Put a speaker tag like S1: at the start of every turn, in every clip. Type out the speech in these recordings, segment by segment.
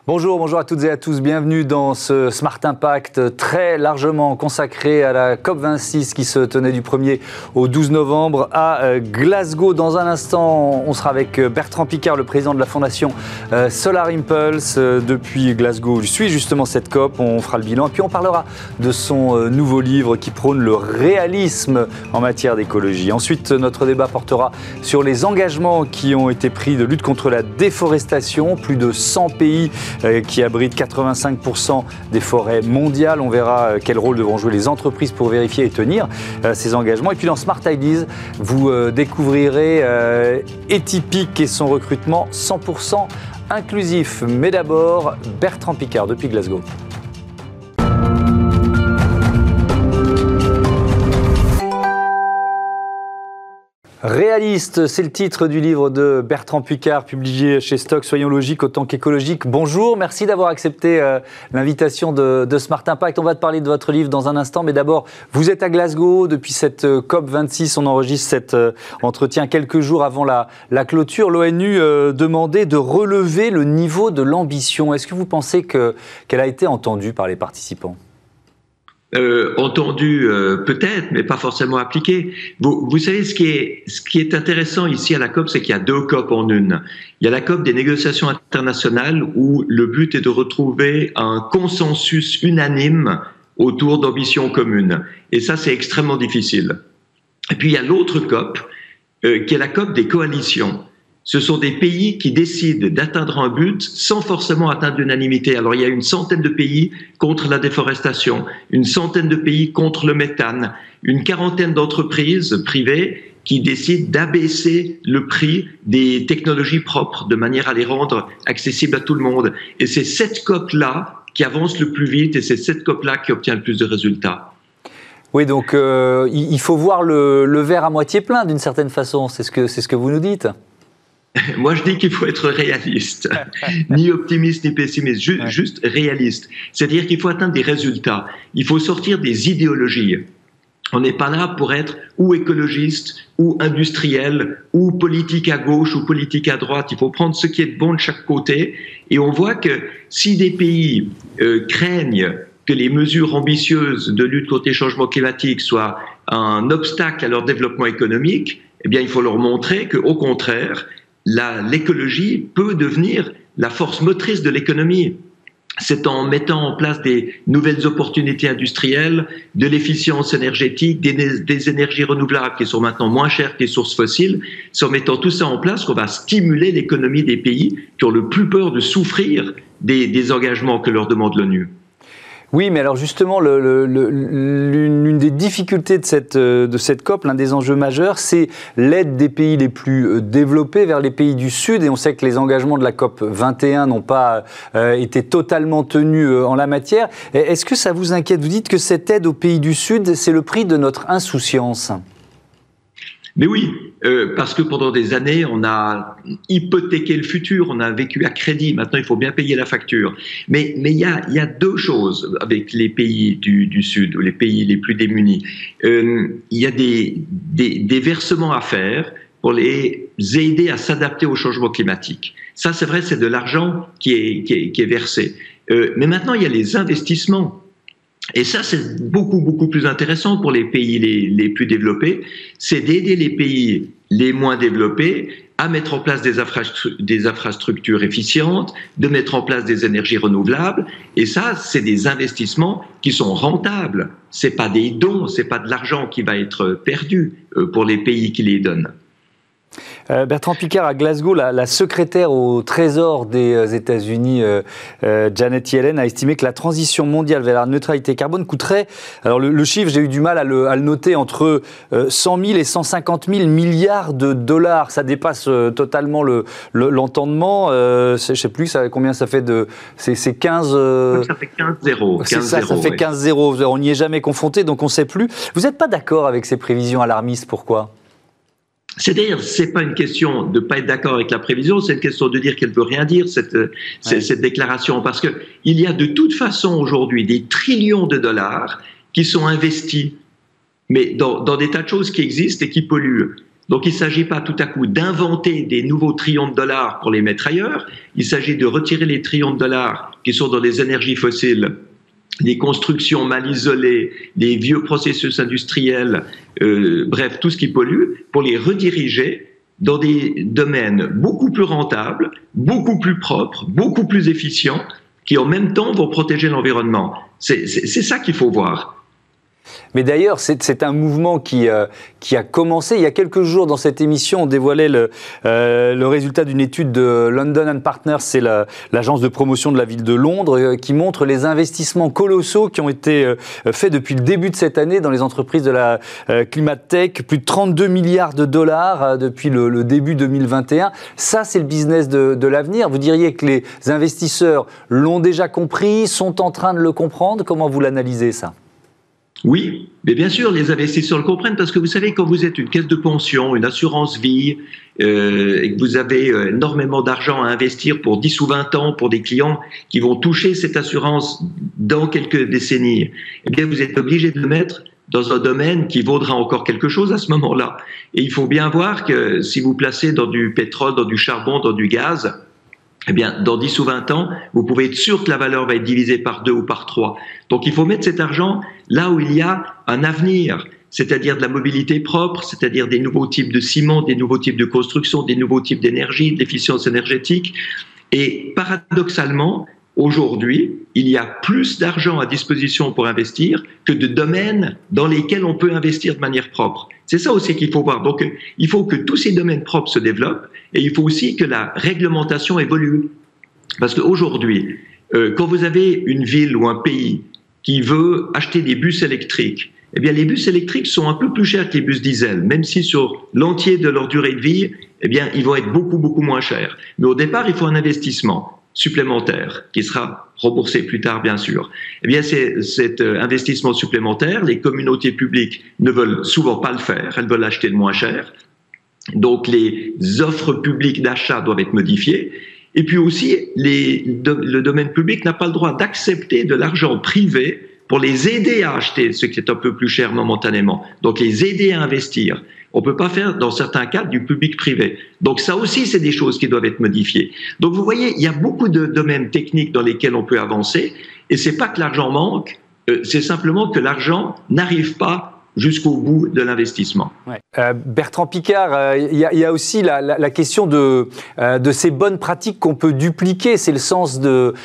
S1: Bonjour à toutes et à tous, bienvenue dans ce Smart Impact très largement consacré à la COP26 qui se tenait du 1er au 12 novembre à Glasgow. Dans un instant, on sera avec Bertrand Piccard, le président de la fondation Solar Impulse depuis Glasgow. Je suis justement cette COP, on fera le bilan et puis on parlera de son nouveau livre qui prône le réalisme en matière d'écologie. Ensuite, notre débat portera sur les engagements qui ont été pris de lutte contre la déforestation. Plus de 100 pays qui abrite 85% des forêts mondiales. On verra quel rôle devront jouer les entreprises pour vérifier et tenir ces engagements. Et puis dans Smart Ideas, vous découvrirez Etipic et son recrutement 100% inclusif. Mais d'abord, Bertrand Piccard depuis Glasgow. Réaliste, c'est le titre du livre de Bertrand Piccard, publié chez Stock, Soyons logiques autant qu'écologiques. Bonjour, merci d'avoir accepté l'invitation de Smart Impact. On va te parler de votre livre dans un instant, mais d'abord, vous êtes à Glasgow depuis cette COP26. On enregistre cet entretien quelques jours avant la clôture. L'ONU demandait de relever le niveau de l'ambition. Est-ce que vous pensez qu'elle a été entendue par les participants ?
S2: Entendu peut-être, mais pas forcément appliqué. Vous savez, ce qui est intéressant ici à la COP, c'est qu'il y a deux COP en une. Il y a la COP des négociations internationales où le but est de retrouver un consensus unanime autour d'ambitions communes. Et ça, c'est extrêmement difficile. Et puis, il y a l'autre COP, qui est la COP des coalitions. Ce sont des pays qui décident d'atteindre un but sans forcément atteindre l'unanimité. Alors, il y a une centaine de pays contre la déforestation, une centaine de pays contre le méthane, une quarantaine d'entreprises privées qui décident d'abaisser le prix des technologies propres de manière à les rendre accessibles à tout le monde. Et c'est cette COP-là qui avance le plus vite et c'est cette COP-là qui obtient le plus de résultats.
S1: Oui, donc il faut voir le verre à moitié plein d'une certaine façon. C'est ce que vous nous dites.
S2: Moi, je dis qu'il faut être réaliste, ni optimiste ni pessimiste, juste réaliste. C'est-à-dire qu'il faut atteindre des résultats. Il faut sortir des idéologies. On n'est pas là pour être ou écologiste, ou industriel, ou politique à gauche, ou politique à droite. Il faut prendre ce qui est bon de chaque côté. Et on voit que si des pays craignent que les mesures ambitieuses de lutte contre les changements climatiques soient un obstacle à leur développement économique, eh bien, il faut leur montrer qu'au contraire, l'écologie peut devenir la force motrice de l'économie. C'est en mettant en place des nouvelles opportunités industrielles, de l'efficience énergétique, des énergies renouvelables qui sont maintenant moins chères que les sources fossiles. C'est en mettant tout ça en place qu'on va stimuler l'économie des pays qui ont le plus peur de souffrir des engagements que leur demande l'ONU.
S1: Oui, mais alors justement, l'une des difficultés de cette COP, l'un des enjeux majeurs, c'est l'aide des pays les plus développés vers les pays du Sud. Et on sait que les engagements de la COP 21 n'ont pas été totalement tenus en la matière. Est-ce que ça vous inquiète ? Vous dites que cette aide aux pays du Sud, c'est le prix de notre insouciance.
S2: Mais oui, parce que pendant des années, on a hypothéqué le futur, on a vécu à crédit, maintenant il faut bien payer la facture. Mais il y a deux choses avec les pays du Sud, ou les pays les plus démunis. Il y a des versements à faire pour les aider à s'adapter au changement climatique. Ça, c'est vrai, c'est de l'argent qui est versé. Mais maintenant, il y a les investissements. Et ça, c'est beaucoup plus intéressant pour les pays les plus développés, c'est d'aider les pays les moins développés à mettre en place des infrastructures efficientes, de mettre en place des énergies renouvelables. Et ça, c'est des investissements qui sont rentables. C'est pas des dons, c'est pas de l'argent qui va être perdu pour les pays qui les donnent.
S1: Bertrand Piccard, à Glasgow, la secrétaire au Trésor des États-Unis, Janet Yellen, a estimé que la transition mondiale vers la neutralité carbone coûterait, alors le chiffre, j'ai eu du mal à le noter, entre 100 000 et 150 000 milliards de dollars. Ça dépasse totalement l'entendement. Je ne sais plus combien ça fait c'est 15...
S2: Ça fait 15-0.
S1: C'est ça fait 15-0. On n'y est jamais confronté, donc on ne sait plus. Vous n'êtes pas d'accord avec ces prévisions alarmistes, pourquoi ?
S2: C'est-à-dire, c'est pas une question de pas être d'accord avec la prévision, c'est une question de dire qu'elle veut rien dire, cette déclaration. Parce que il y a de toute façon aujourd'hui des trillions de dollars qui sont investis, mais dans des tas de choses qui existent et qui polluent. Donc, il ne s'agit pas tout à coup d'inventer des nouveaux trillions de dollars pour les mettre ailleurs. Il s'agit de retirer les trillions de dollars qui sont dans les énergies fossiles, les constructions mal isolées, les vieux processus industriels, bref, tout ce qui pollue, pour les rediriger dans des domaines beaucoup plus rentables, beaucoup plus propres, beaucoup plus efficients, qui en même temps vont protéger l'environnement. C'est ça qu'il faut voir.
S1: Mais d'ailleurs, c'est un mouvement qui a commencé il y a quelques jours. Dans cette émission, on dévoilait le résultat d'une étude de London & Partners, c'est l'agence de promotion de la ville de Londres, qui montre les investissements colossaux qui ont été faits depuis le début de cette année dans les entreprises de la Climate Tech. Plus de 32 milliards de dollars depuis le début 2021. Ça, c'est le business de l'avenir. Vous diriez que les investisseurs l'ont déjà compris, sont en train de le comprendre. Comment vous l'analysez, ça ?
S2: Oui, mais bien sûr, les investisseurs le comprennent parce que vous savez, quand vous êtes une caisse de pension, une assurance vie, et que vous avez énormément d'argent à investir pour 10 ou 20 ans pour des clients qui vont toucher cette assurance dans quelques décennies, eh bien, vous êtes obligé de le mettre dans un domaine qui vaudra encore quelque chose à ce moment-là. Et il faut bien voir que si vous placez dans du pétrole, dans du charbon, dans du gaz, eh bien, dans 10 ou 20 ans, vous pouvez être sûr que la valeur va être divisée par 2 ou par 3. Donc, il faut mettre cet argent là où il y a un avenir, c'est-à-dire de la mobilité propre, c'est-à-dire des nouveaux types de ciment, des nouveaux types de construction, des nouveaux types d'énergie, d'efficience énergétique. Et paradoxalement, aujourd'hui, il y a plus d'argent à disposition pour investir que de domaines dans lesquels on peut investir de manière propre. C'est ça aussi qu'il faut voir. Donc, il faut que tous ces domaines propres se développent et il faut aussi que la réglementation évolue. Parce qu'aujourd'hui, quand vous avez une ville ou un pays qui veut acheter des bus électriques, eh bien, les bus électriques sont un peu plus chers que les bus diesel, même si sur l'entier de leur durée de vie, eh bien, ils vont être beaucoup, beaucoup moins chers. Mais au départ, il faut un investissement supplémentaire qui sera remboursé plus tard, bien sûr. Eh bien, cet investissement supplémentaire, les communautés publiques ne veulent souvent pas le faire, elles veulent acheter de moins cher. Donc, les offres publiques d'achat doivent être modifiées. Et puis aussi, le domaine public n'a pas le droit d'accepter de l'argent privé pour les aider à acheter ce qui est un peu plus cher momentanément. Donc, les aider à investir. On ne peut pas faire, dans certains cas, du public-privé. Donc, ça aussi, c'est des choses qui doivent être modifiées. Donc, vous voyez, il y a beaucoup de domaines techniques dans lesquels on peut avancer. Et c'est pas que l'argent manque, c'est simplement que l'argent n'arrive pas jusqu'au bout de l'investissement.
S1: Ouais. Bertrand Piccard, il y a aussi la question de ces bonnes pratiques qu'on peut dupliquer. C'est le sens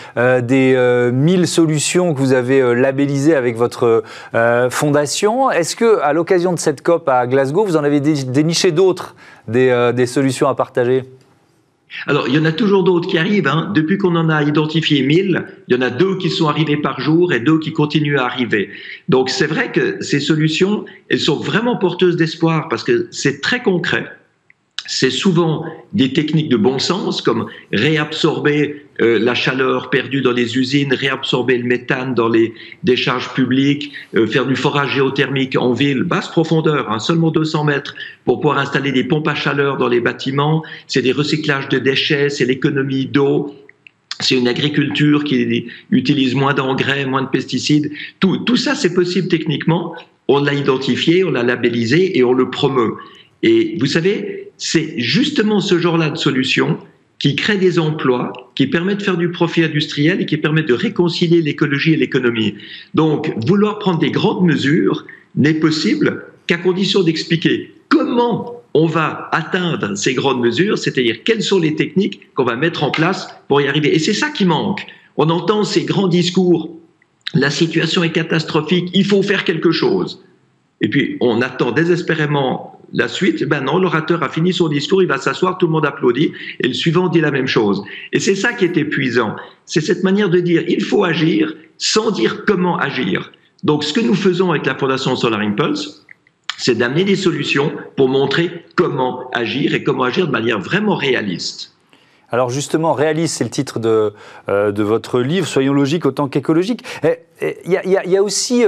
S1: des 1000 solutions que vous avez labellisées avec votre fondation. Est-ce que, à l'occasion de cette COP à Glasgow, vous en avez déniché d'autres, des solutions à partager ?
S2: Alors, il y en a toujours d'autres qui arrivent. Depuis qu'on en a identifié 1000, il y en a 2 qui sont arrivés par jour et 2 qui continuent à arriver. Donc, c'est vrai que ces solutions, elles sont vraiment porteuses d'espoir parce que c'est très concret. C'est souvent des techniques de bon sens comme réabsorber la chaleur perdue dans les usines, réabsorber le méthane dans les décharges publiques, faire du forage géothermique en ville, basse profondeur, seulement 200 mètres, pour pouvoir installer des pompes à chaleur dans les bâtiments. C'est des recyclages de déchets, c'est l'économie d'eau. C'est une agriculture qui utilise moins d'engrais, moins de pesticides. Tout ça, c'est possible techniquement. On l'a identifié, on l'a labellisé et on le promeut. Et vous savez, c'est justement ce genre-là de solutions qui créent des emplois, qui permettent de faire du profit industriel et qui permettent de réconcilier l'écologie et l'économie. Donc, vouloir prendre des grandes mesures n'est possible qu'à condition d'expliquer comment on va atteindre ces grandes mesures, c'est-à-dire quelles sont les techniques qu'on va mettre en place pour y arriver. Et c'est ça qui manque. On entend ces grands discours, la situation est catastrophique, il faut faire quelque chose. Et puis, on attend désespérément la suite. Ben non, l'orateur a fini son discours, il va s'asseoir, tout le monde applaudit, et le suivant dit la même chose. Et c'est ça qui est épuisant. C'est cette manière de dire, il faut agir, sans dire comment agir. Donc, ce que nous faisons avec la Fondation Solar Impulse, c'est d'amener des solutions pour montrer comment agir et comment agir de manière vraiment réaliste.
S1: Alors justement, réaliste, c'est le titre de votre livre, Soyons logiques autant qu'écologiques. Il y a aussi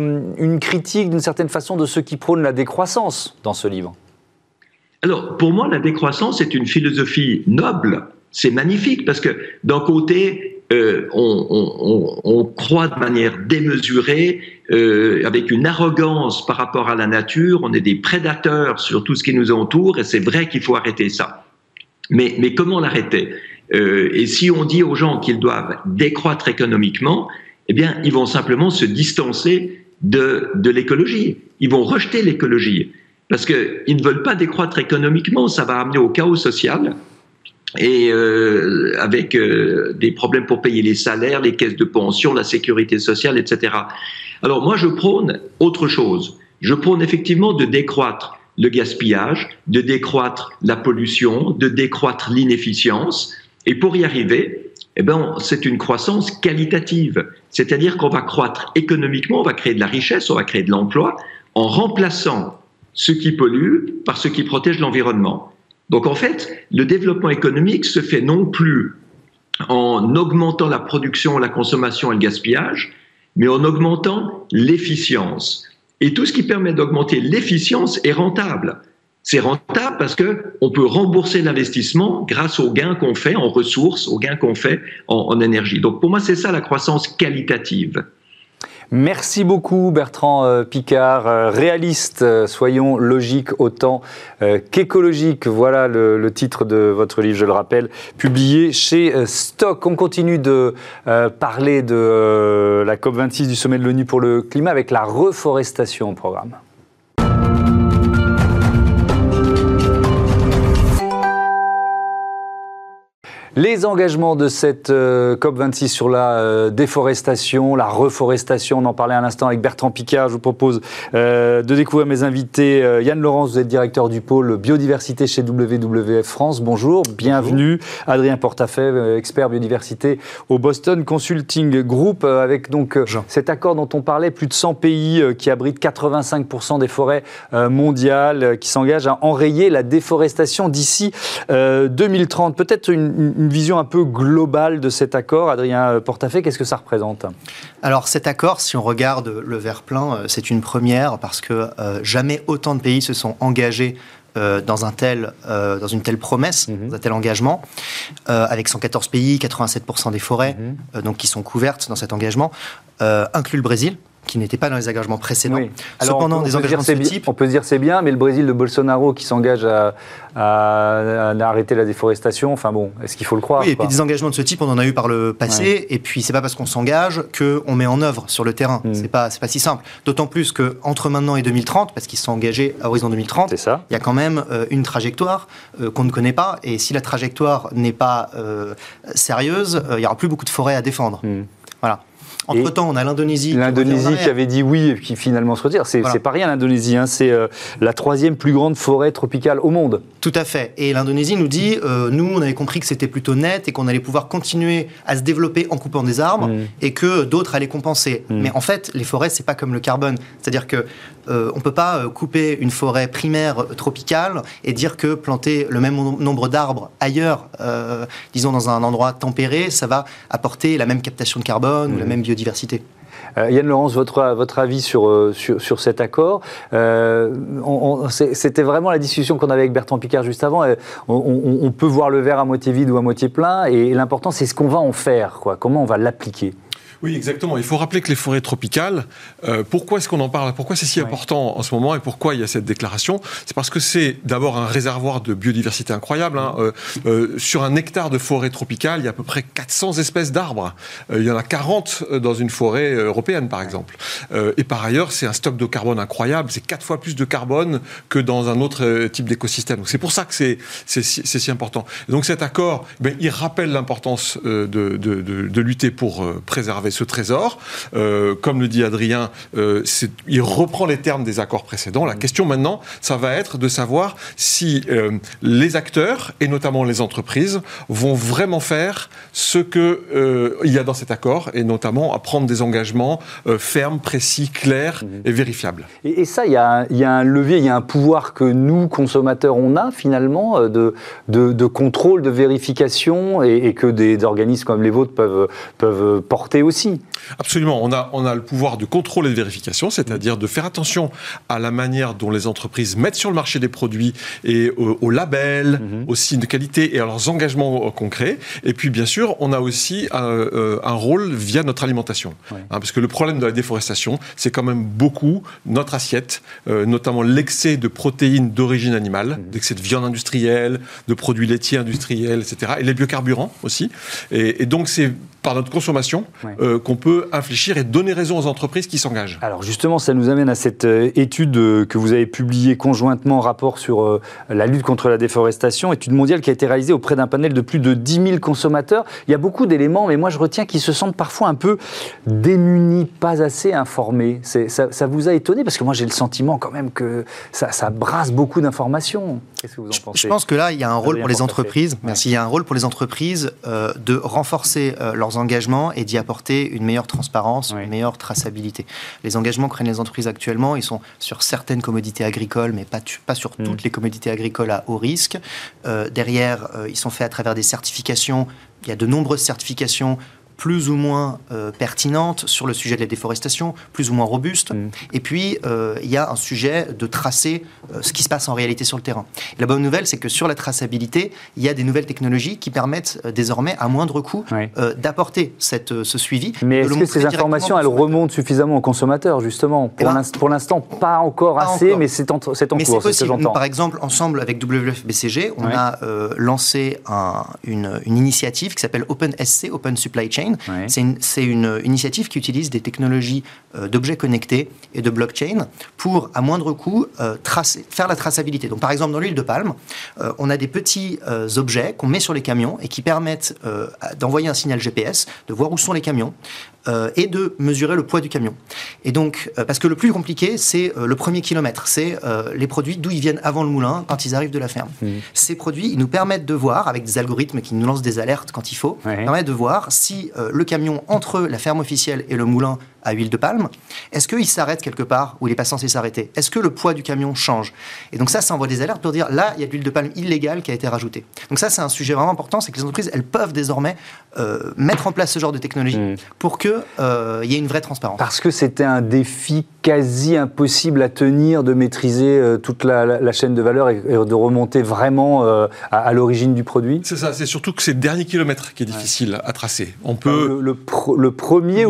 S1: une critique, d'une certaine façon, de ceux qui prônent la décroissance dans ce livre.
S2: Alors, pour moi, la décroissance est une philosophie noble. C'est magnifique parce que, d'un côté, on croit de manière démesurée, avec une arrogance par rapport à la nature. On est des prédateurs sur tout ce qui nous entoure, et c'est vrai qu'il faut arrêter ça. Mais comment l'arrêter? Et si on dit aux gens qu'ils doivent décroître économiquement, eh bien, ils vont simplement se distancer de l'écologie. Ils vont rejeter l'écologie parce qu'ils ne veulent pas décroître économiquement. Ça va amener au chaos social et avec des problèmes pour payer les salaires, les caisses de pension, la sécurité sociale, etc. Alors moi, je prône autre chose. Je prône effectivement de décroître le gaspillage, de décroître la pollution, de décroître l'inefficience. Et pour y arriver, eh ben, c'est une croissance qualitative. C'est-à-dire qu'on va croître économiquement, on va créer de la richesse, on va créer de l'emploi, en remplaçant ce qui pollue par ce qui protège l'environnement. Donc en fait, le développement économique se fait non plus en augmentant la production, la consommation et le gaspillage, mais en augmentant l'efficience. Et tout ce qui permet d'augmenter l'efficience est rentable. C'est rentable parce qu'on peut rembourser l'investissement grâce aux gains qu'on fait en ressources, aux gains qu'on fait en énergie. Donc pour moi, c'est ça la croissance qualitative.
S1: Merci beaucoup Bertrand Piccard, réaliste, soyons logiques autant qu'écologiques. Voilà le titre de votre livre, je le rappelle, publié chez Stock. On continue de parler de la COP26 du sommet de l'ONU pour le climat avec la reforestation au programme. Les engagements de cette COP26 sur la déforestation, la reforestation, on en parlait à l'instant avec Bertrand Piccard. Je vous propose de découvrir mes invités. Yann Laurence, vous êtes directeur du pôle biodiversité chez WWF France. Bonjour, bienvenue. Bonjour. Adrien Portafait, expert biodiversité au Boston Consulting Group, avec donc cet accord dont on parlait, plus de 100 pays qui abritent 85% des forêts mondiales, qui s'engagent à enrayer la déforestation d'ici 2030. Peut-être une vision un peu globale de cet accord. Adrien Portafait, qu'est-ce que ça représente ?
S3: Alors cet accord, si on regarde le verre plein, c'est une première parce que jamais autant de pays se sont engagés dans une telle promesse, dans un tel engagement, avec 114 pays, 87% des forêts donc qui sont couvertes dans cet engagement, inclut le Brésil, qui n'était pas dans les engagements précédents. Oui.
S1: Alors, cependant, des engagements de ce type... On peut se dire c'est bien, mais le Brésil de Bolsonaro qui s'engage à arrêter la déforestation, enfin bon, est-ce qu'il faut le croire ?
S3: Oui, et puis des engagements de ce type, on en a eu par le passé, et puis c'est pas parce qu'on s'engage qu'on met en œuvre sur le terrain. C'est pas si simple. D'autant plus qu'entre maintenant et 2030, parce qu'ils se sont engagés à horizon 2030, il y a quand même une trajectoire qu'on ne connaît pas, et si la trajectoire n'est pas sérieuse, il n'y aura plus beaucoup de forêts à défendre. Voilà. Entre-temps, on a l'Indonésie.
S1: L'Indonésie qui avait dit oui et qui finalement se retire. C'est pas rien l'Indonésie, hein. C'est la 3e plus grande forêt tropicale au monde.
S3: Tout à fait. Et l'Indonésie nous dit, nous on avait compris que c'était plutôt net et qu'on allait pouvoir continuer à se développer en coupant des arbres et que d'autres allaient compenser. Mais en fait, les forêts, c'est pas comme le carbone. C'est-à-dire que on peut pas couper une forêt primaire tropicale et dire que planter le même nombre d'arbres ailleurs, disons dans un endroit tempéré, ça va apporter la même captation de carbone ou la même biodiversité.
S1: Yann Laurence, votre avis sur cet accord. C'était vraiment la discussion qu'on avait avec Bertrand Piccard juste avant. On peut voir le verre à moitié vide ou à moitié plein, et l'important c'est ce qu'on va en faire, quoi. Comment on va l'appliquer.
S4: Oui, exactement. Il faut rappeler que les forêts tropicales, pourquoi est-ce qu'on en parle ? Pourquoi c'est si important en ce moment et pourquoi il y a cette déclaration ? C'est parce que c'est d'abord un réservoir de biodiversité incroyable. Hein. Sur un hectare de forêt tropicale, il y a à peu près 400 espèces d'arbres. Il y en a 40 dans une forêt européenne, par exemple. Et par ailleurs, c'est un stock de carbone incroyable. C'est 4 fois plus de carbone que dans un autre type d'écosystème. Donc c'est pour ça que c'est si important. Et donc cet accord, il rappelle l'importance de lutter pour préserver ce trésor. Comme le dit Adrien, il reprend les termes des accords précédents. La question maintenant, ça va être de savoir si les acteurs, et notamment les entreprises, vont vraiment faire ce qu'il y a dans cet accord, et notamment à prendre des engagements fermes, précis, clairs et vérifiables.
S1: Et ça, il y a un levier, il y a un pouvoir que nous, consommateurs, on a finalement de contrôle, de vérification, et que des organismes comme les vôtres peuvent porter aussi. aussi.
S4: Absolument. On a le pouvoir de contrôle et de vérification, c'est-à-dire de faire attention à la manière dont les entreprises mettent sur le marché des produits et aux labels, aux signes de qualité et à leurs engagements concrets. Et puis, bien sûr, on a aussi un rôle via notre alimentation. Parce que le problème de la déforestation, c'est quand même beaucoup notre assiette, notamment l'excès de protéines d'origine animale, l'excès de viande industrielle, de produits laitiers industriels, etc. Et les biocarburants aussi. Et donc, c'est par notre consommation qu'on peut infléchir et donner raison aux entreprises qui s'engagent.
S1: Alors justement, ça nous amène à cette étude que vous avez publiée conjointement, rapport sur la lutte contre la déforestation, étude mondiale qui a été réalisée auprès d'un panel de plus de 10 000 consommateurs. Il y a beaucoup d'éléments, mais moi je retiens qu'ils se sentent parfois un peu démunis, pas assez informés. Ça vous a étonné? Parce que moi j'ai le sentiment quand même que ça brasse beaucoup d'informations. Qu'est-ce que vous en pensez?
S3: Je pense que là, il y a un rôle pour les entreprises. Merci. Il y a un rôle pour les entreprises de renforcer leurs engagements et d'y apporter une meilleure transparence, une meilleure traçabilité. Les engagements que prennent les entreprises actuellement, ils sont sur certaines commodités agricoles, mais pas sur toutes les commodités agricoles à haut risque. Derrière, ils sont faits à travers des certifications. Il y a de nombreuses certifications plus ou moins pertinentes sur le sujet de la déforestation, plus ou moins robustes. Et puis, il y a un sujet de tracer ce qui se passe en réalité sur le terrain. Et la bonne nouvelle, c'est que sur la traçabilité, il y a des nouvelles technologies qui permettent désormais, à moindre coût, d'apporter ce suivi.
S1: Mais est-ce que ces informations, elles remontent suffisamment aux consommateurs, justement? Pour l'instant, pas encore assez, mais c'est en cours, c'est ce que j'entends.
S3: Par exemple, ensemble avec WFBCG, on a lancé une initiative qui s'appelle OpenSC, Open Supply Chain. C'est une initiative qui utilise des technologies d'objets connectés et de blockchain pour, à moindre coût, faire la traçabilité. Donc, par exemple, dans l'huile de palme, on a des petits objets qu'on met sur les camions et qui permettent d'envoyer un signal GPS, de voir où sont les camions et de mesurer le poids du camion. Et donc, parce que le plus compliqué, c'est le premier kilomètre. C'est les produits d'où ils viennent avant le moulin, quand ils arrivent de la ferme. Ces produits, ils nous permettent de voir, avec des algorithmes qui nous lancent des alertes quand il faut, permettent de voir si le camion entre la ferme officielle et le moulin à huile de palme, est-ce qu'il s'arrête quelque part où il n'est pas censé s'arrêter? Est-ce que le poids du camion change? Et donc ça envoie des alertes pour dire, là, il y a de l'huile de palme illégale qui a été rajoutée. Donc ça, c'est un sujet vraiment important, c'est que les entreprises, elles peuvent désormais mettre en place ce genre de technologie pour qu'il y ait une vraie transparence.
S1: Parce que c'était un défi quasi impossible à tenir, de maîtriser toute la chaîne de valeur et de remonter vraiment à l'origine du produit?
S4: C'est ça, c'est surtout que c'est le dernier kilomètre qui est difficile à tracer. On peut...
S1: Le premier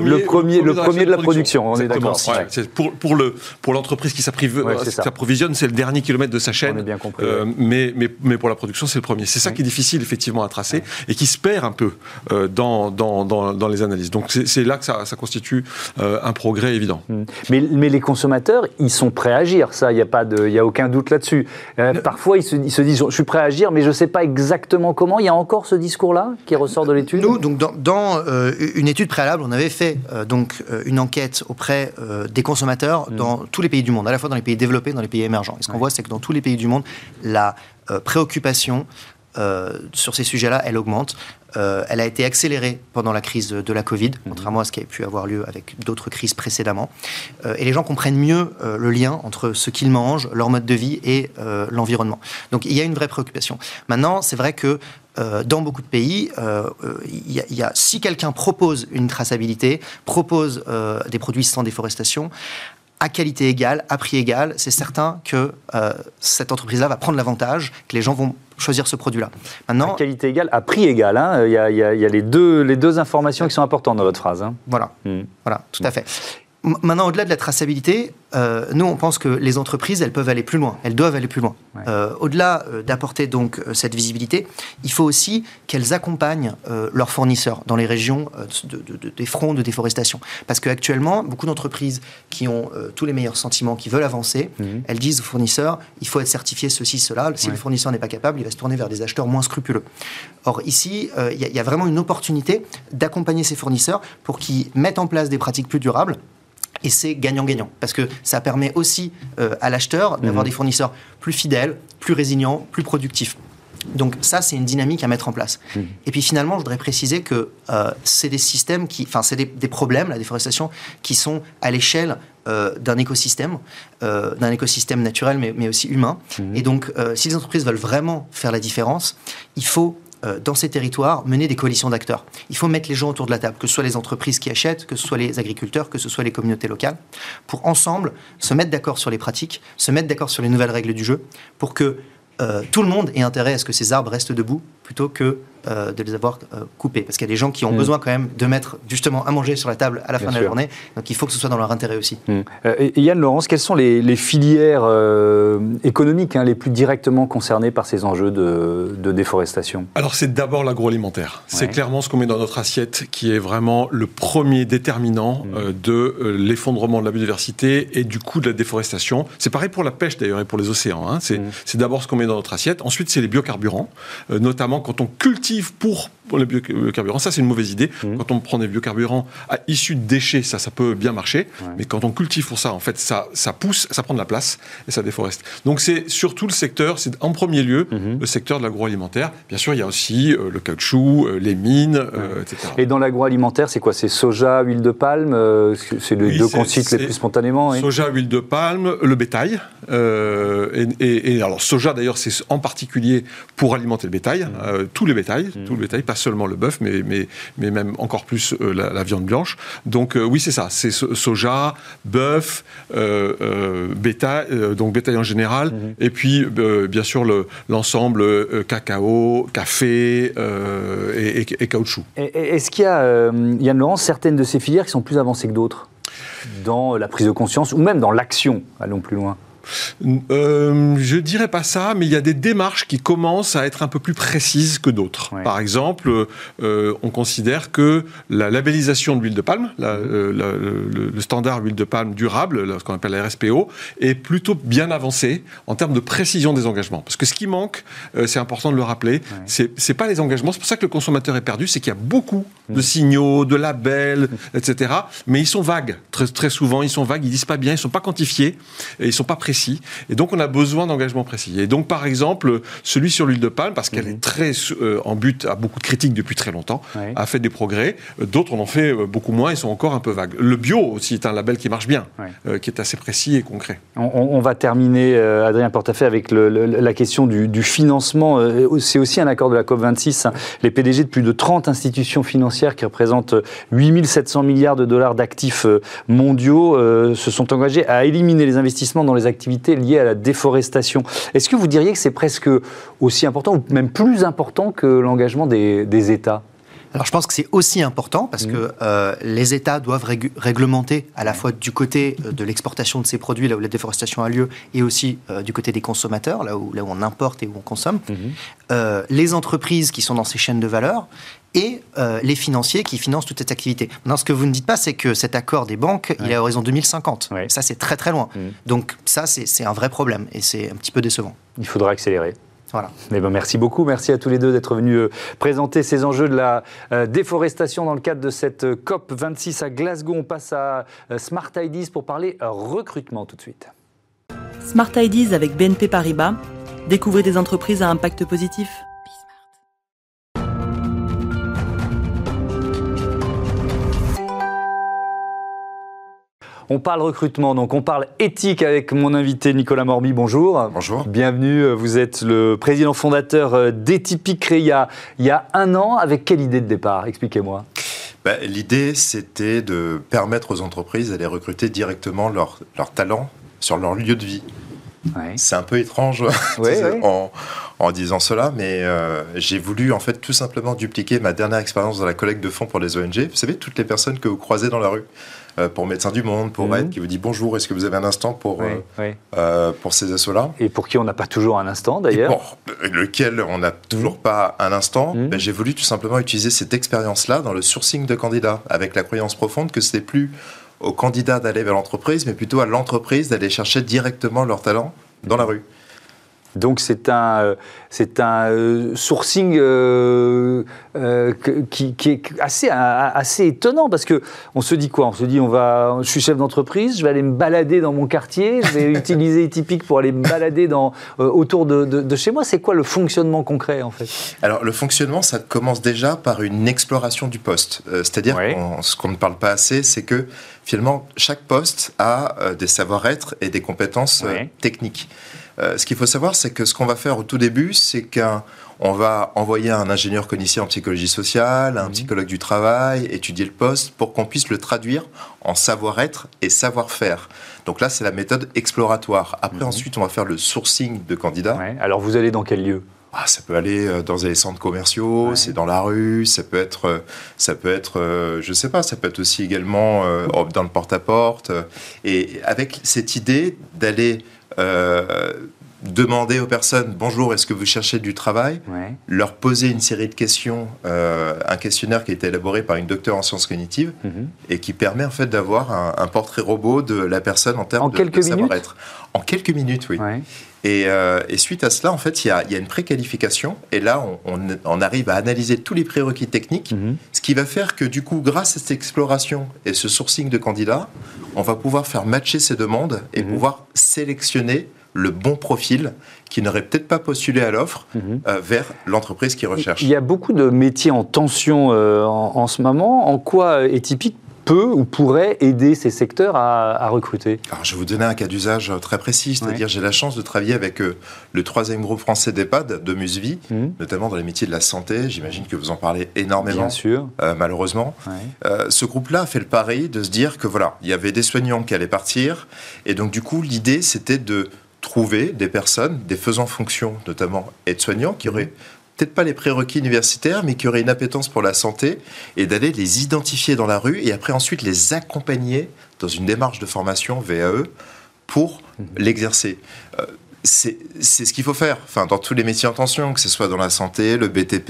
S1: de la production, on est d'accord.
S4: Pour l'entreprise qui s'approvisionne, c'est le dernier kilomètre de sa chaîne.
S1: On est bien compris.
S4: Mais pour la production, c'est le premier. C'est ça qui est difficile, effectivement, à tracer et qui se perd un peu dans les analyses. Donc, c'est là que ça constitue un progrès évident.
S1: Mais les consommateurs, ils sont prêts à agir. Ça, il n'y a aucun doute là-dessus. Parfois, ils se disent, je suis prêt à agir, mais je ne sais pas exactement comment. Il y a encore ce discours-là qui ressort de l'étude?
S3: Nous, donc, dans une étude préalable, on avait fait une enquête auprès des consommateurs dans tous les pays du monde, à la fois dans les pays développés et dans les pays émergents. Et ce qu'on voit, c'est que dans tous les pays du monde, la préoccupation sur ces sujets-là, elle augmente. Elle a été accélérée pendant la crise de la Covid, contrairement à ce qui avait pu avoir lieu avec d'autres crises précédemment. Et les gens comprennent mieux le lien entre ce qu'ils mangent, leur mode de vie et l'environnement. Donc il y a une vraie préoccupation. Maintenant, c'est vrai que dans beaucoup de pays, si quelqu'un propose une traçabilité, propose des produits sans déforestation, à qualité égale, à prix égal, c'est certain que cette entreprise-là va prendre l'avantage, que les gens vont choisir ce produit-là. Maintenant,
S1: à qualité égale, à prix égal, il y a les deux informations qui sont importantes dans votre phrase.
S3: Voilà, tout à fait. Maintenant, au-delà de la traçabilité, nous, on pense que les entreprises, elles peuvent aller plus loin. Elles doivent aller plus loin. Au-delà d'apporter donc cette visibilité, il faut aussi qu'elles accompagnent leurs fournisseurs dans les régions des fronts de déforestation. Parce qu'actuellement, beaucoup d'entreprises qui ont tous les meilleurs sentiments, qui veulent avancer, elles disent aux fournisseurs, il faut être certifié ceci, cela. Si le fournisseur n'est pas capable, il va se tourner vers des acheteurs moins scrupuleux. Or, ici, il y a vraiment une opportunité d'accompagner ces fournisseurs pour qu'ils mettent en place des pratiques plus durables. Et c'est gagnant-gagnant, parce que ça permet aussi à l'acheteur d'avoir des fournisseurs plus fidèles, plus résilients, plus productifs. Donc ça, c'est une dynamique à mettre en place. Et puis finalement, je voudrais préciser que c'est des systèmes c'est des problèmes, la déforestation, qui sont à l'échelle d'un écosystème naturel, mais aussi humain. Et donc, si les entreprises veulent vraiment faire la différence, il faut dans ces territoires, mener des coalitions d'acteurs. Il faut mettre les gens autour de la table, que ce soit les entreprises qui achètent, que ce soit les agriculteurs, que ce soit les communautés locales, pour ensemble se mettre d'accord sur les pratiques, se mettre d'accord sur les nouvelles règles du jeu, pour que tout le monde ait intérêt à ce que ces arbres restent debout plutôt que de les avoir coupés. Parce qu'il y a des gens qui ont besoin quand même de mettre justement à manger sur la table à la fin de la journée. Donc il faut que ce soit dans leur intérêt aussi.
S1: Yann Laurence, quelles sont les filières économiques les plus directement concernées par ces enjeux de déforestation?
S4: Alors c'est d'abord l'agroalimentaire. C'est clairement ce qu'on met dans notre assiette qui est vraiment le premier déterminant de l'effondrement de la biodiversité et du coût de la déforestation. C'est pareil pour la pêche d'ailleurs et pour les océans. C'est d'abord ce qu'on met dans notre assiette. Ensuite c'est les biocarburants, notamment quand on cultive pour les biocarburants, ça c'est une mauvaise idée. Quand on prend des biocarburants issus de déchets, ça peut bien marcher. Mais quand on cultive pour ça, en fait, ça pousse, ça prend de la place et ça déforeste. Donc c'est surtout le secteur, c'est en premier lieu le secteur de l'agroalimentaire. Bien sûr, il y a aussi le caoutchouc, les mines, etc.
S1: Et dans l'agroalimentaire, c'est quoi? C'est soja, huile de palme? C'est les deux qu'on cite les plus spontanément.
S4: Soja, huile de palme, le bétail. Et alors, soja d'ailleurs, c'est en particulier pour alimenter le bétail, tout le bétail, pas seulement le bœuf, mais même encore plus la viande blanche. Donc oui, c'est ça, c'est soja, bœuf, bétail, donc bétail en général, et puis bien sûr l'ensemble cacao, café et caoutchouc.
S1: Est-ce qu'il y a, Yann Laurence, certaines de ces filières qui sont plus avancées que d'autres dans la prise de conscience ou même dans l'action? Allons plus loin.
S4: Je dirais pas ça, mais il y a des démarches qui commencent à être un peu plus précises que d'autres. Par exemple, on considère que la labellisation de l'huile de palme, le standard huile de palme durable, ce qu'on appelle la RSPO, est plutôt bien avancé en termes de précision des engagements. Parce que ce qui manque, c'est important de le rappeler, c'est pas les engagements. C'est pour ça que le consommateur est perdu, c'est qu'il y a beaucoup de signaux, de labels, etc. Mais ils sont vagues. Très souvent, ils sont vagues, ils disent pas bien, ils sont pas quantifiés, et ils sont pas précis. Et donc, on a besoin d'engagements précis. Et donc, par exemple, celui sur l'huile de palme, parce qu'elle est très en but à beaucoup de critiques depuis très longtemps, a fait des progrès. D'autres en ont fait beaucoup moins, ils sont encore un peu vagues. Le bio aussi est un label qui marche bien, qui est assez précis et concret.
S1: On va terminer, Adrien Portafait, avec la question du financement. C'est aussi un accord de la COP26. Les PDG de plus de 30 institutions financières qui représentent 8 700 milliards de dollars d'actifs mondiaux se sont engagés à éliminer les investissements dans les activités liées à la déforestation. Est-ce que vous diriez que c'est presque aussi important, ou même plus important que l'engagement des États ?
S3: Alors je pense que c'est aussi important parce que les États doivent réglementer à la fois du côté de l'exportation de ces produits, là où la déforestation a lieu, et aussi du côté des consommateurs, là où on importe et où on consomme, les entreprises qui sont dans ces chaînes de valeur, et les financiers qui financent toute cette activité. Maintenant, ce que vous ne dites pas, c'est que cet accord des banques, il est à horizon 2050. Ça, c'est très très loin. Donc ça, c'est un vrai problème, et c'est un petit peu décevant.
S1: Il faudra accélérer.
S3: Voilà.
S1: Eh ben, merci beaucoup, merci à tous les deux d'être venus présenter ces enjeux de la déforestation dans le cadre de cette COP26 à Glasgow. On passe à Smart Ideas pour parler recrutement tout de suite.
S5: Smart Ideas avec BNP Paribas. Découvrez des entreprises à impact positif.
S1: On parle recrutement, donc on parle éthique avec mon invité Nicolas Morby. Bonjour.
S6: Bonjour.
S1: Bienvenue, vous êtes le président fondateur d'Atypique, créé il y a 1 an. Avec quelle idée de départ? Expliquez-moi.
S6: L'idée, c'était de permettre aux entreprises d'aller recruter directement leurs talents sur leur lieu de vie. C'est un peu étrange en disant cela, mais j'ai voulu en fait tout simplement dupliquer ma dernière expérience dans la collecte de fonds pour les ONG. Vous savez, toutes les personnes que vous croisez dans la rue, pour Médecins du Monde, pour Aide, qui vous dit bonjour, est-ce que vous avez un instant pour ces assos-là?
S1: Et pour qui on n'a pas toujours un instant d'ailleurs.
S6: Et pour lequel on n'a toujours pas un instant, j'ai voulu tout simplement utiliser cette expérience-là dans le sourcing de candidats, avec la croyance profonde que ce n'est plus aux candidats d'aller vers l'entreprise, mais plutôt à l'entreprise d'aller chercher directement leur talent dans la rue.
S1: Donc c'est un sourcing qui est assez étonnant, parce que on se dit quoi? On se dit je suis chef d'entreprise, je vais aller me balader dans mon quartier, je vais utiliser Atypique pour aller me balader autour de chez moi. C'est quoi le fonctionnement concret en fait?
S6: Alors le fonctionnement, ça commence déjà par une exploration du poste. C'est-à-dire ce qu'on ne parle pas assez, c'est que finalement, chaque poste a des savoir-être et des compétences techniques. Ce qu'il faut savoir, c'est que ce qu'on va faire au tout début, c'est qu'on va envoyer un ingénieur cognitif en psychologie sociale, un psychologue du travail, étudier le poste pour qu'on puisse le traduire en savoir-être et savoir-faire. Donc là, c'est la méthode exploratoire. Après, ensuite, on va faire le sourcing de candidats.
S1: Alors, vous allez dans quel lieu ?
S6: Ça peut aller dans des centres commerciaux, c'est dans la rue, ça peut être, je sais pas, ça peut être aussi également dans le porte-à-porte. Et avec cette idée d'aller demander aux personnes « Bonjour, est-ce que vous cherchez du travail ?» leur poser une série de questions, un questionnaire qui a été élaboré par une docteure en sciences cognitives et qui permet en fait d'avoir un portrait robot de la personne en termes de savoir-être. En quelques minutes, oui. Et suite à cela, en fait, il y a une préqualification. Et là, on arrive à analyser tous les prérequis techniques, ce qui va faire que, du coup, grâce à cette exploration et ce sourcing de candidats, on va pouvoir faire matcher ces demandes et pouvoir sélectionner le bon profil qui n'aurait peut-être pas postulé à l'offre vers l'entreprise qui recherche.
S1: Il y a beaucoup de métiers en tension en ce moment. En quoi Atypique peut ou pourrait aider ces secteurs à recruter ?
S6: Alors, je vais vous donner un cas d'usage très précis, c'est-à-dire j'ai la chance de travailler avec le 3e groupe français d'EHPAD, de Musevie, notamment dans les métiers de la santé. J'imagine que vous en parlez énormément,
S1: bien sûr.
S6: Malheureusement. Ce groupe-là a fait le pari de se dire que voilà, il y avait des soignants qui allaient partir, et donc du coup l'idée c'était de trouver des personnes, des faisans fonction, notamment aides-soignants, qui auraient peut-être pas les prérequis universitaires, mais qui auraient une appétence pour la santé, et d'aller les identifier dans la rue, et après ensuite les accompagner dans une démarche de formation VAE pour l'exercer. C'est ce qu'il faut faire, enfin, dans tous les métiers en tension, que ce soit dans la santé, le BTP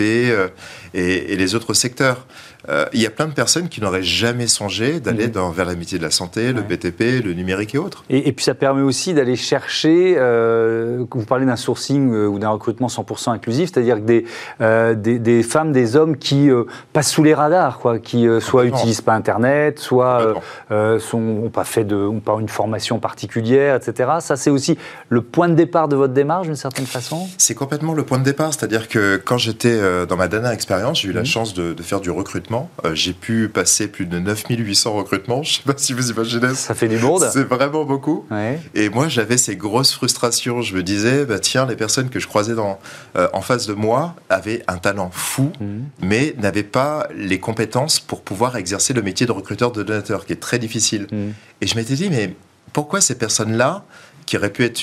S6: et les autres secteurs. Il y a plein de personnes qui n'auraient jamais songé d'aller vers les métiers de la santé, le BTP, le numérique et autres.
S1: Et puis ça permet aussi d'aller chercher, vous parlez d'un sourcing ou d'un recrutement 100% inclusif, c'est-à-dire que des femmes, des hommes qui passent sous les radars, quoi, qui soit n'utilisent pas Internet, soit n'ont pas une formation particulière, etc. Ça, c'est aussi le point de départ de votre démarche, d'une certaine façon ?
S6: C'est complètement le point de départ, c'est-à-dire que quand j'étais dans ma dernière expérience, j'ai eu la chance de faire du recrutement. J'ai pu passer plus de 9800 recrutements, je ne sais pas si vous imaginez.
S1: Ça fait du monde.
S6: C'est vraiment beaucoup. Et moi, j'avais ces grosses frustrations. Je me disais, tiens, les personnes que je croisais en face de moi avaient un talent fou, mais n'avaient pas les compétences pour pouvoir exercer le métier de recruteur de donateur, qui est très difficile. Et je m'étais dit, mais pourquoi ces personnes-là, qui auraient pu être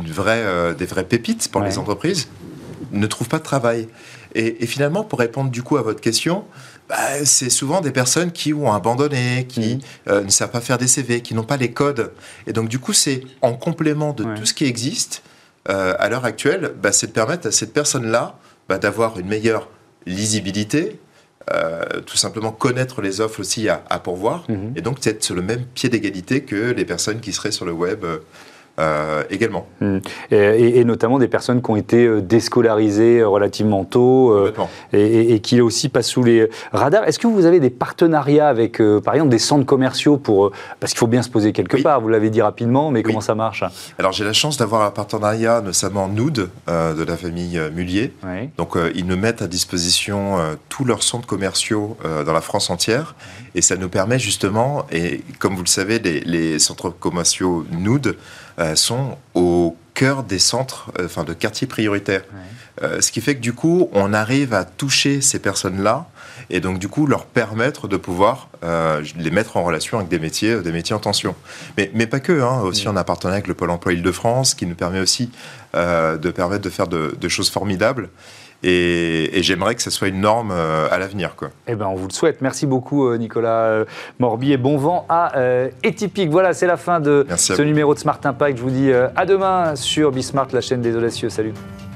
S6: des vraies pépites pour les entreprises, ne trouvent pas de travail ? Et finalement, pour répondre du coup à votre question, c'est souvent des personnes qui ont abandonné, qui ne savent pas faire des CV, qui n'ont pas les codes. Et donc du coup, c'est en complément de tout ce qui existe à l'heure actuelle, c'est de permettre à cette personne-là d'avoir une meilleure lisibilité, tout simplement connaître les offres aussi à pourvoir, et donc être sur le même pied d'égalité que les personnes qui seraient sur le web également.
S1: Et notamment des personnes qui ont été déscolarisées relativement tôt et qui aussi passent sous les radars. Est-ce que vous avez des partenariats avec, par exemple, des centres commerciaux parce qu'il faut bien se poser quelque part, vous l'avez dit rapidement, mais comment ça marche ?
S6: Alors j'ai la chance d'avoir un partenariat, notamment Noud, de la famille Mullier. Donc ils nous mettent à disposition tous leurs centres commerciaux dans la France entière, et ça nous permet justement, et comme vous le savez, les centres commerciaux Noud sont au cœur des centres, de quartiers prioritaires. Ce qui fait que du coup, on arrive à toucher ces personnes-là et donc du coup leur permettre de pouvoir les mettre en relation avec des métiers en tension. Mais pas que, aussi on a partenariat avec le Pôle emploi Île-de-France qui nous permet aussi de faire de choses formidables. Et j'aimerais que ce soit une norme à l'avenir, quoi.
S1: Eh ben, on vous le souhaite. Merci beaucoup, Nicolas Morby, et bon vent à Atypique. Voilà, c'est la fin de ce numéro de Smart Impact. Je vous dis à demain sur Bismart, la chaîne des audacieux. Salut.